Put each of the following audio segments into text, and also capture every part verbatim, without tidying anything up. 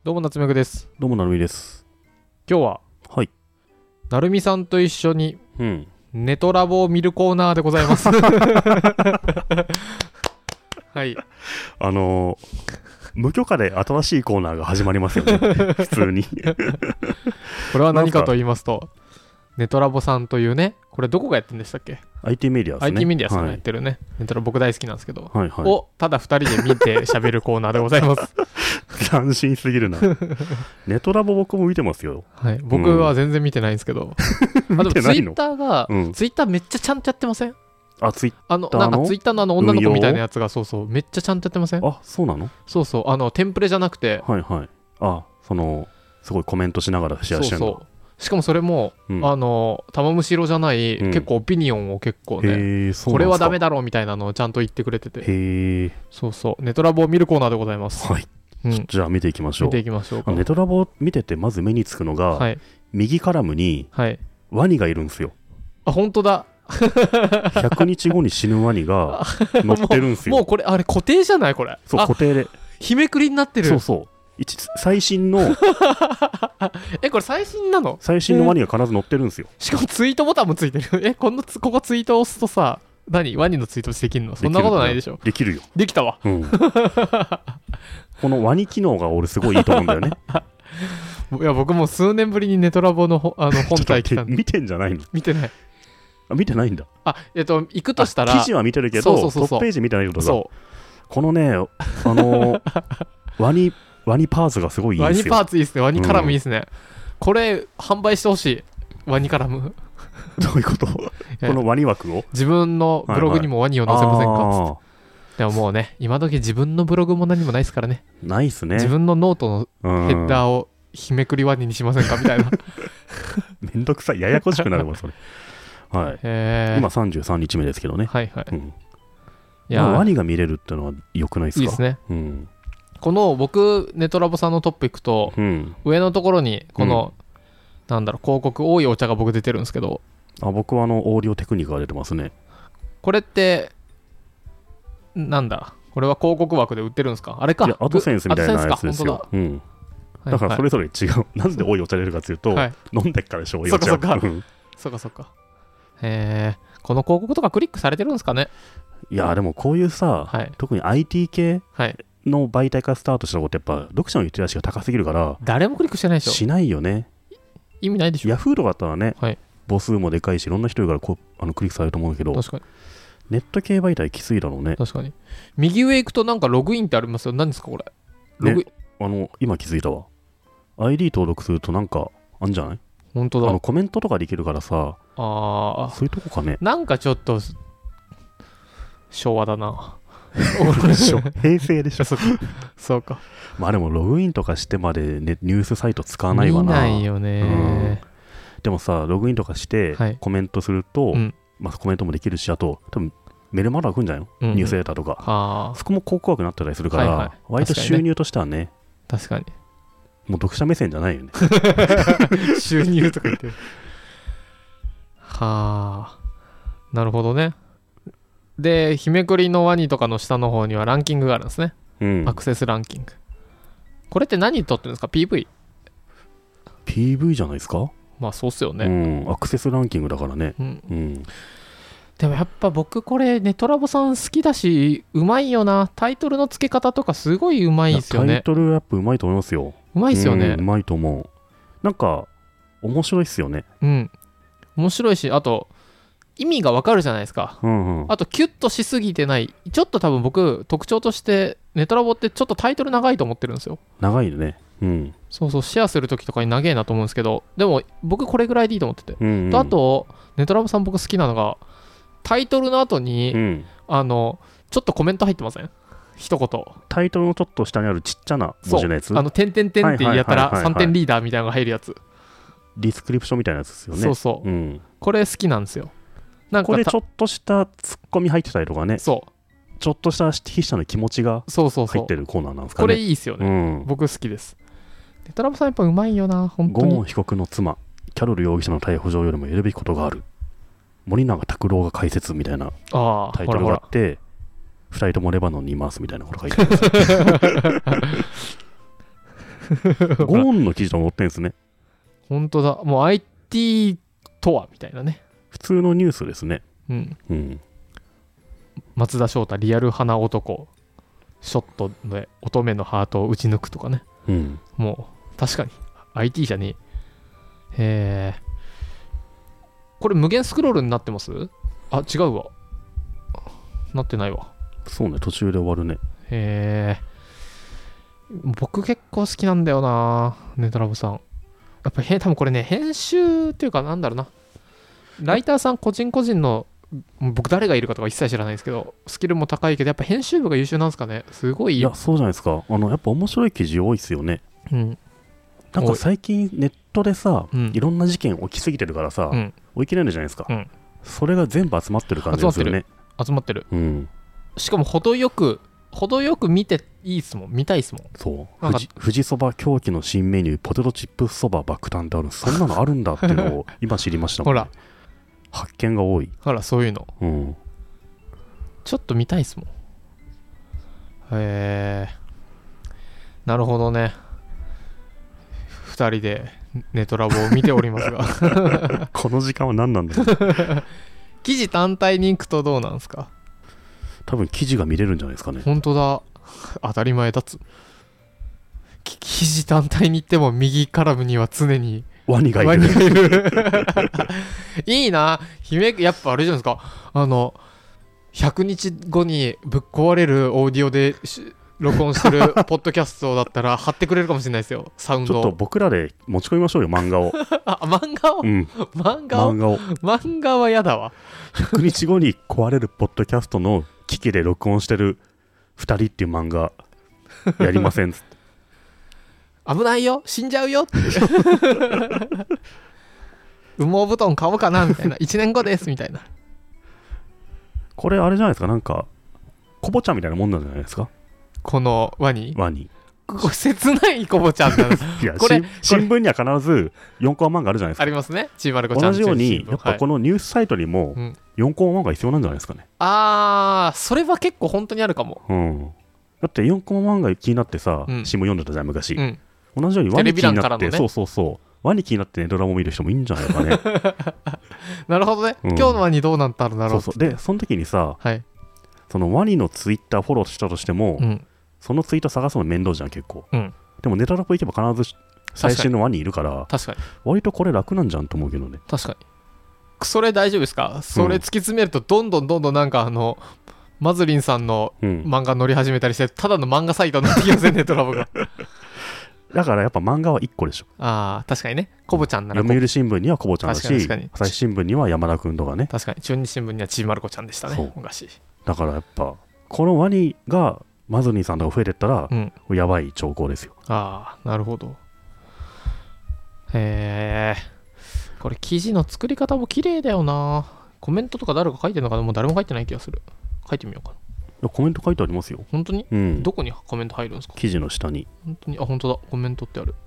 どうも夏目くです。 どうもなるみです。 今日ははいなるみさんと一緒にうんネトラボを見るコーナーでございますはい。 あのー、無許可で新しいコーナーが始まりますよね普通にこれは何かと言いますと、ネトラボさんというね、これどこがやってるんでしたっけ？ アイティー メディアですね。 アイティー メディアさんがはいやってるね、ネトラボ僕大好きなんですけど、 はいはい、 をただふたりで見て喋るコーナーでございます斬新すぎるなネトラボ僕も見てますよ。 はい、僕は全然見てないんですけど、うん、あでもツイッターが、うん、ツイッターめっちゃちゃんとやってません？ あ、ツイッターあのなんかツイッターのあの女の子みたいなやつがそうそうめっちゃちゃんとやってません？ あ、そうなの？ そうそう、あのテンプレじゃなくて、 はいはい、あ、そのすごいコメントしながらシェアしてるの。そうそう、 しかもそれも、うん、あの玉虫色じゃない、うん、結構オピニオンを結構ね、これはダメだろうみたいなのをちゃんと言ってくれてて、 へえ、 そうそう、ネトラボを見るコーナーでございます。 はい、うん、じゃあ見ていきましょう。 見ていきましょうか。 ネトラボを見ててまず目につくのが、はい、右カラムにワニがいるんですよ。 あ、本当だひゃくにちごに死ぬワニが乗ってるんですよもう。もうこれあれ固定じゃないこれ。 そう、固定で日めくりになってる。 そうそう、最新のえ、これ最新なの？ 最新のワニが必ず乗ってるんですよ。 しかもツイートボタンもついてる。え、このここツイートを押すとさ、何ワニのツイートできるの？そんなことないでしょ。 できるよ。 できたわ、うん、 このワニ機能が俺すごいいいと思うんだよねいや僕も数年ぶりにネトラボの、あの本体来たんで。 見てんじゃないの？ 見てない。 あ、見てないんだ。 あ、えっと行くとしたら記事は見てるけど、そうそうそうそう、トップページ見てないけどさ、このね、あのワニワニパーツがすごいいいんですよ。 ワニパーツいいですね。ワニカラムいいですね、うん、これ販売してほしい。ワニカラムどういうこと？このワニ枠を自分のブログにもワニを載せませんかっつって、はいはい、でももうね、今時自分のブログも何もないですからね。 ないっすね。 自分のノートのヘッダーを日めくりワニにしませんかみたいなめんどくさい、ややこしくなるわそれはい、今さんじゅうさんにちめですけどね。はいはい、うん、いや、まあ、ワニが見れるってのは良くないですか？いいですね、うん、 この僕ネトラボさんのトップ行くと、うん、上のところにこの、うん、なんだろう、広告多いお茶が僕出てるんですけど、 あ、僕はあのオーディオテクニックが出てますね。 これってなんだ、これは広告枠で売ってるんですか？あれか、 いや、アドセンスみたいなやつですよ。うん、だからそれぞれ違う、はいはい、なんで多いお茶出るかというと、はい、飲んでっからでしょ、多いお茶。そっかそっかそっかそっか。へえ、この広告とかクリックされてるんですかね？ いやでもこういうさ、はい、特に アイティー 系の媒体からスタートしたことってやっぱ読者のリテラシーが高すぎるから誰もクリックしてないでしょ。 しないよね。 意味ないでしょ。 ヤフーとかだったらね、はい、母数もでかいしいろんな人いるからこうあのクリックされると思うけど、確かにネット系媒体きついだろうね。 確かに。右上行くとなんかログインってありますよ。何ですかこれ？ログイン、 ね、あの今気づいたわ。 アイディー 登録するとなんかあんじゃない？ 本当だ。 あのコメントとかできるからさ、あ、そういうとこかね。 なんかちょっと昭和だな平成でしょそうか。 まあでもログインとかしてまで、ね、ニュースサイト使わないわな。 見ないよね、うん、 でもさログインとかしてコメントすると、はい、まあ、コメントもできるし、あと多分メルマガ来るんじゃないの、うんうん、ニュースデータとか、そこも広告枠になったりするから、はいはい、割と収入としてはね、 確かにもう読者目線じゃないよね収入とか言ってるはあ、なるほどね。で、日めくりのワニとかの下の方にはランキングがあるんですね、うん、アクセスランキング。これって何撮ってるんですか？ ピーブイ？ ピーブイ じゃないですか。 まあそうっすよね、 うん、アクセスランキングだからね、うんうん、 でもやっぱ僕これネトラボさん好きだしうまいよな。タイトルの付け方とかすごいうまいですよね。 タイトルやっぱうまいと思いますよ。 うまいっすよね、 うん、うまいと思う。なんか面白いっすよね。 うん、面白いし、あと意味がわかるじゃないですか、うんうん、あとキュッとしすぎてない。ちょっと多分僕特徴としてネトラボってちょっとタイトル長いと思ってるんですよ。 長いよね、うん、そうそう、シェアするときとかに長いなと思うんですけど、でも僕これぐらいでいいと思ってて、うんうん、とあとネトラボさん僕好きなのがタイトルの後に、うん、あのちょっとコメント入ってません？一言タイトルのちょっと下にあるちっちゃな文字のやつ、 あの点々点ってやったらさんてんリーダーみたいなのが入るやつ、 ディスクリプションみたいなやつですよね。 そうそう、うん、これ好きなんですよ。なんかこれちょっとしたツッコミ入ってたりとかね、そうちょっとした筆者の気持ちが入ってるコーナーなんですかね。 これいいですよね、うん、僕好きです。ネトラボさんやっぱうまいよな本当に。 ゴーン被告の妻キャロル容疑者の逮捕状よりもやるべきことがある、森永卓郎が解説みたいなタイトルがあって、ふたりともレバノンにいますみたいなこと書いてあるんですよゴーンの記事と載ってんですね。 本当だ。もう アイティー とはみたいなね。 普通のニュースですね。 うん。 うん、 松田翔太リアル花男ショットで乙女のハートを打ち抜くとかね。 うん、 もう確かに アイティー じゃねえ。へえ。これ無限スクロールになってます？あ、違うわ。なってないわ。 そうね、途中で終わるね。 へえ。僕結構好きなんだよな、ネトラボさん。やっぱ多分これね、編集っていうかなんだろうな、ライターさん個人個人の、僕誰がいるかとか一切知らないですけど、スキルも高いけどやっぱ編集部が優秀なんですかね。すごい。 いや、そうじゃないですか。あのやっぱ面白い記事多いですよね。 うん。 なんか最近ネットでさ、 うん、 いろんな事件起きすぎてるからさ、うん、追い切れないじゃないですか、うん、それが全部集まってる感じですよね。 集まってる、 うん、 しかも程よく程よく見ていいっすもん、見たいっすもん。 そう富士、富士そば狂気の新メニューポテトチップそば爆誕ってある、そんなのあるんだっていうのを今知りましたもん、ね、ほら発見が多い。 ほらそういうの、 うん、 ちょっと見たいっすもん。へえ、なるほどね。ふたりでネトラボを見ておりますがこの時間は何なんだろう記事単体に行くとどうなんですか？ 多分記事が見れるんじゃないですかね。 本当だ、当たり前だつ。記事単体に行っても右カラムには常にワニがいる。ワニがいるいいな、姫。やっぱあれじゃないですか、あのひゃくにちごにぶっ壊れるオーディオで録音してるポッドキャストだったら貼ってくれるかもしれないですよ、サウンド。 ちょっと僕らで持ち込みましょうよ、漫画を。 あ、漫画を、うん、漫画を漫画を漫画はやだわ。 ひゃくにちごに壊れるポッドキャストの機器で録音してるふたりっていう漫画やりませんっつって危ないよ、死んじゃうよって羽毛布団買おうかなみたいな、いちねんごですみたいな。 これあれじゃないですか、なんかコボちゃんみたいなもんなんじゃないですか、 このワニ。 ワニこれ切ないコボちゃんなんですいや、これ新聞には必ずよんコマ漫画あるじゃないですか。 ありますね、ちーまる子ちゃん。 同じようにやっぱこのニュースサイトにもよんコマ漫画必要なんじゃないですかね、うん、 あー、それは結構本当にあるかも、 うん、だってよんコマ漫画気になってさ、うん、新聞読んでたじゃん昔、うん、同じようにワニ気になって、ね、そうそうそうワニ気になってねドラマ見る人もいいんじゃないかねなるほどね、うん、今日のワニどうなったんだろう。 そうそう、でその時にさ、 はい、そのワニのツイッターフォローしたとしても、うん、そのツイート探すの面倒じゃん結構、うん、でもネタラポ行けば必ず最新のワニいるから、 確かに割とこれ楽なんじゃんと思うけどね。 確かに。それ大丈夫ですか？それ突き詰めるとどんどんどんどんなんかあのマズリンさんの漫画乗り始めたりして、うん、ただの漫画サイトになってきませんねトラボがだからやっぱ漫画はいっこでしょ。 ああ確かにね、コボちゃんなら読売新聞にはコボちゃんだし、朝日新聞には山田くんとかね。 確かに中日新聞にはちーまる子ちゃんでしたね昔。 だからやっぱこのワニがマズリンさんとか増えてったら、うん、やばい兆候ですよ。 ああなるほど。へえ、これ記事の作り方も綺麗だよな。コメントとか誰か書いてるのかな。もう誰も書いてない気がする。書いてみようかな。いやコメント書いてありますよ。 本当に、うん、どこにコメント入るんですか？ 記事の下に。 本当に、あ、本当だ、コメントってある。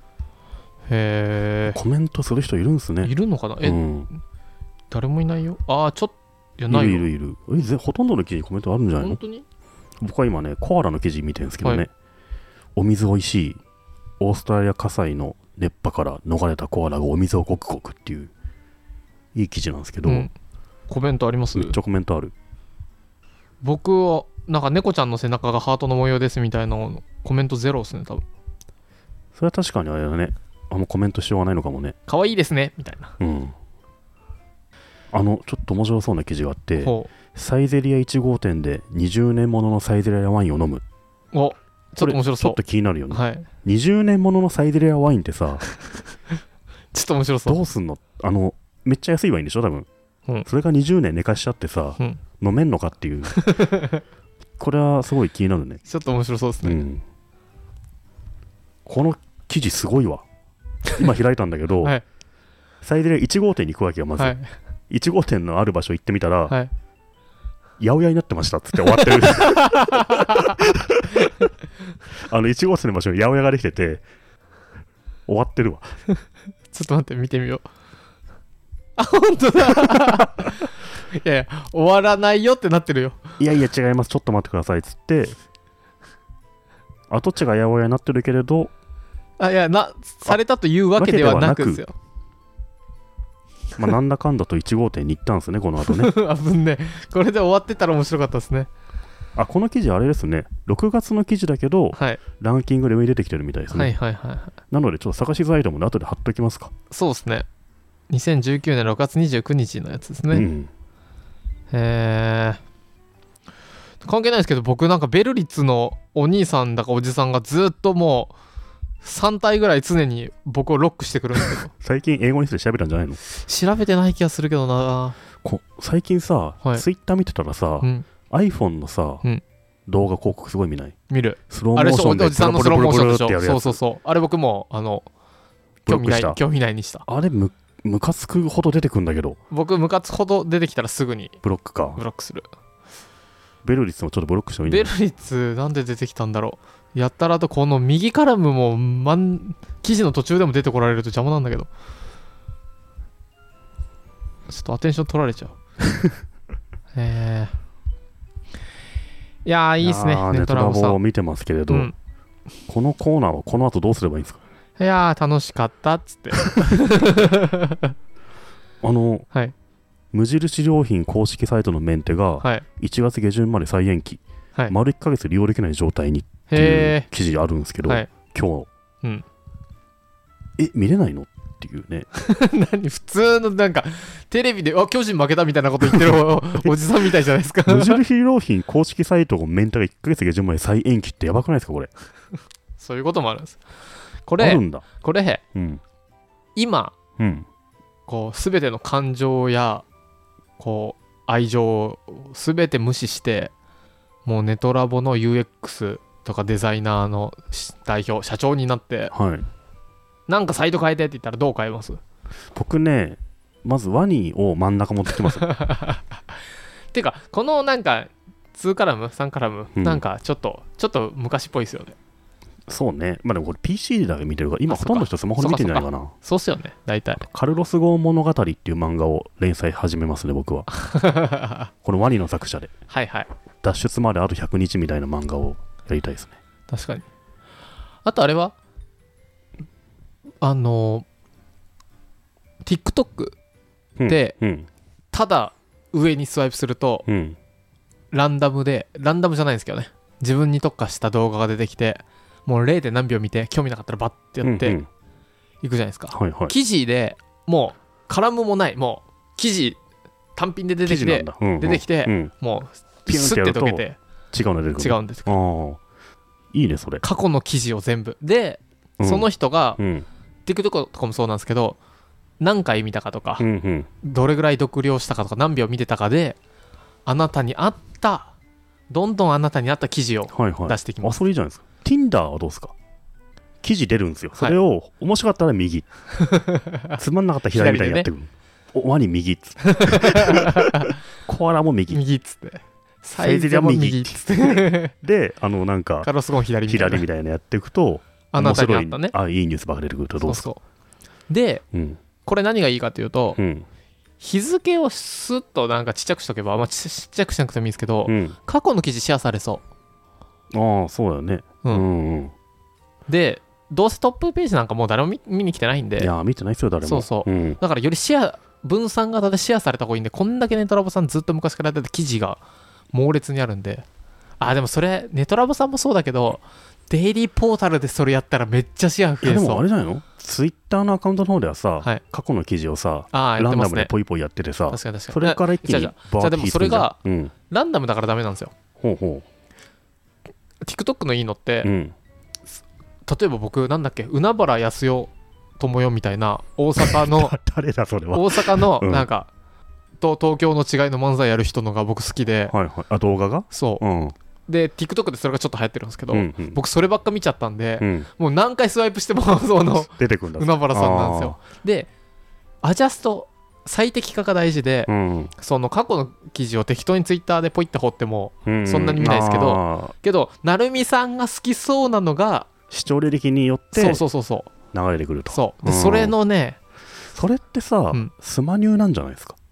へえ。 コメントする人いるんすね。 いるのかな。え、うん、誰もいないよ。ああちょっと、いやないよ。 いるいるいる。え、ほとんどの記事にコメントあるんじゃないの？ 本当に？ 僕は今ねコアラの記事見てるんですけどね、はい、お水おいしい、オーストラリア火災の熱波から逃れたコアラがお水をゴクゴクっていういい記事なんですけど、うん、 コメントあります？ めっちゃコメントある。 僕はなんか猫ちゃんの背中がハートの模様ですみたいなのコメントゼロですね多分。 それは確かにあれだね、あんまコメントしようがないのかもね。 可愛いですねみたいな。 うん。あのちょっと面白そうな記事があって、サイゼリヤいち号店でにじゅうねんもののサイゼリヤワインを飲む。 お、ちょっと面白そう。 ちょっと気になるよね、 はい、 にじゅうねんもののサイゼリヤワインってさちょっと面白そう。 どうすんの？あのめっちゃ安いワインでしょ多分、うん、それがにじゅうねん寝かしちゃってさ、うん、飲めんのかっていうこれはすごい気になるね。 ちょっと面白そうですね、うん、 この記事すごいわ。今開いたんだけど、はい、サイゼリヤいち号店に行くわけよまず、はい、いち号店のある場所行ってみたら、はい、八百屋になってましたっつって終わってるあのいち号店の場所に八百屋ができてて終わってるわちょっと待って見てみよう。あ、本当だいやいや終わらないよってなってるよ。 いやいや違います、ちょっと待ってくださいっつって跡地が八百屋になってるけれどあ、いやなされたというわけではなくですよ。 まあなんだかんだといち号店に行ったんですねこの後ね。 あぶんね、これで終わってたら面白かったですね。 あ、この記事あれですね、ろくがつの記事だけど、はい、ランキングで上に出てきてるみたいですね。 はいはいはい、はい、なのでちょっと探しづらいと思うので後で貼っときますか。 そうですね、にせんじゅうきゅうねんろくがつにじゅうくにちのやつですね、うん、へー、関係ないですけど、僕なんかベルリッツのお兄さんだかおじさんがずっともうさん体ぐらい常に僕をロックしてくるんですけど最近英語にして調べたんじゃないの？ 調べてない気がするけどな。 こ最近さ、はい、ツイッター見てたらさ、うん、iPhone のさ、うん、動画広告すごい見ない？ 見る。 スローモーションでおじさんのスローモーションでしょ。そうそうそう。あれ僕もあの興味ない興味ないにした。 あれむムカつくほど出てくんだけど。 僕ムカつくほど出てきたらすぐにブロックか。 ブロックする。 ベルリッツもちょっとブロックしてもいいんじゃない？ ベルリッツなんで出てきたんだろう。やったらとこの右カラムも、まん、記事の途中でも出てこられると邪魔なんだけど、ちょっとアテンション取られちゃう。えー、いやーいいですね。 ネトラボを見てますけれど、うん、このコーナーはこの後どうすればいいんですか？ いやー楽しかったっつってあの、はい、無印良品公式サイトのメンテがいちがつ下旬まで再延期、はい、丸いっかげつ利用できない状態にっていう記事あるんですけど、はい、今日、うん、え見れないのっていうね何普通のなんかテレビであ巨人負けたみたいなこと言ってる お, おじさんみたいじゃないですか無印良品公式サイトのメンテがいっかげつ下旬まで再延期ってやばくないですかこれそういうこともあるんです。これあるんだこれ、うん、今、うん、こう全ての感情やこう愛情を全て無視してもうネトラボの ユーエックス とかデザイナーの代表社長になって、はい、なんかサイト変えてって言ったらどう変えます？ 僕ねまずワニを真ん中持ってきますてかこのなんかにカラムさんカラム、うん、なんかちょっとちょっと昔っぽいですよね。 そうね。まあでもこれ ピーシー だけ見てるから今ほとんどの人スマホで見てんじゃないかな。 そうっすよね大体。 カルロス号物語っていう漫画を連載始めますね僕はこのワニの作者ではいはい脱出まであとひゃくにちみたいな漫画をやりたいですね。 確かに。あとあれはあの TikTok で、うんうん、ただ上にスワイプすると、うん、ランダムでランダムじゃないんですけどね自分に特化した動画が出てきてもう ゼロ. 何秒見て興味なかったらバッてやっていくじゃないですか、うんうんはいはい、記事でもうカラムもないもう記事単品で出てきて、うんうん、出てきて、うん、もうピュンって溶けて違うの出てくる。 違うんですけどいいねそれ。 過去の記事を全部で、うん、その人が、うん、TikTok とかもそうなんですけど何回見たかとか、うんうん、どれぐらい読了したかとか何秒見てたかであなたに合ったどんどんあなたに合った記事を出してきます、はいはい、 あそれいいじゃないですか。 Tinder はどうですか？記事出るんですよ。それを、はい、面白かったら右つまんなかったら左みたいにやってくる、ね、おワニ右っつってコアラも右右っつってサイズも右っつってであのなんかカロスゴン左みたいな左みたいなやっていくとあなたにあったねあいいニュースばかり出てくるとどうですか？そうそうで、うん、これ何がいいかというと、うん、日付をスッとなんかちっちゃくしとけばあんまちっちゃくしなくてもいいんですけど、うん、過去の記事シェアされそう。 ああそうだよね、うんうんうん、 でどうせトップページなんかもう誰も 見, 見に来てないんで。 いや見てないですよ誰も。 そうそう、うん、だからよりシェア分散型でシェアされた方がいいんでこんだけネトラボさんずっと昔からやってた記事が猛烈にあるんで。あでもそれネトラボさんもそうだけどデイリーポータルでそれやったらめっちゃシェア増えそう。 でもあれじゃないのツイッターのアカウントの方ではさ、はい、過去の記事をさ、ランダムでポイポイやっててさ、 確かに確かにそれから一気にバーッと引いてくるじゃん。じゃあでもそれが、 うん、ランダムだからダメなんですよ。ほうほう。TikTok のいいのって、うん、例えば僕なんだっけ海原康代智代みたいな大阪の誰だそれは大阪のなんか、うん、と東京の違いの漫才やる人のが僕好きで、 はいはい、あ動画がそう、うん、で TikTok でそれがちょっと流行ってるんですけど、うんうん、僕そればっか見ちゃったんで、うん、もう何回スワイプしてもその出てくるんだ海原さんなんですよ。でアジャスト最適化が大事で、うん、その過去の記事を適当にツイッターでポイって掘ってもそんなに見ないですけど、うん、けど成美さんが好きそうなのが視聴履歴によってそうそうそうそう流れてくると。 そうで、うん、それのねそれってさ、うん、スマニューなんじゃないですか。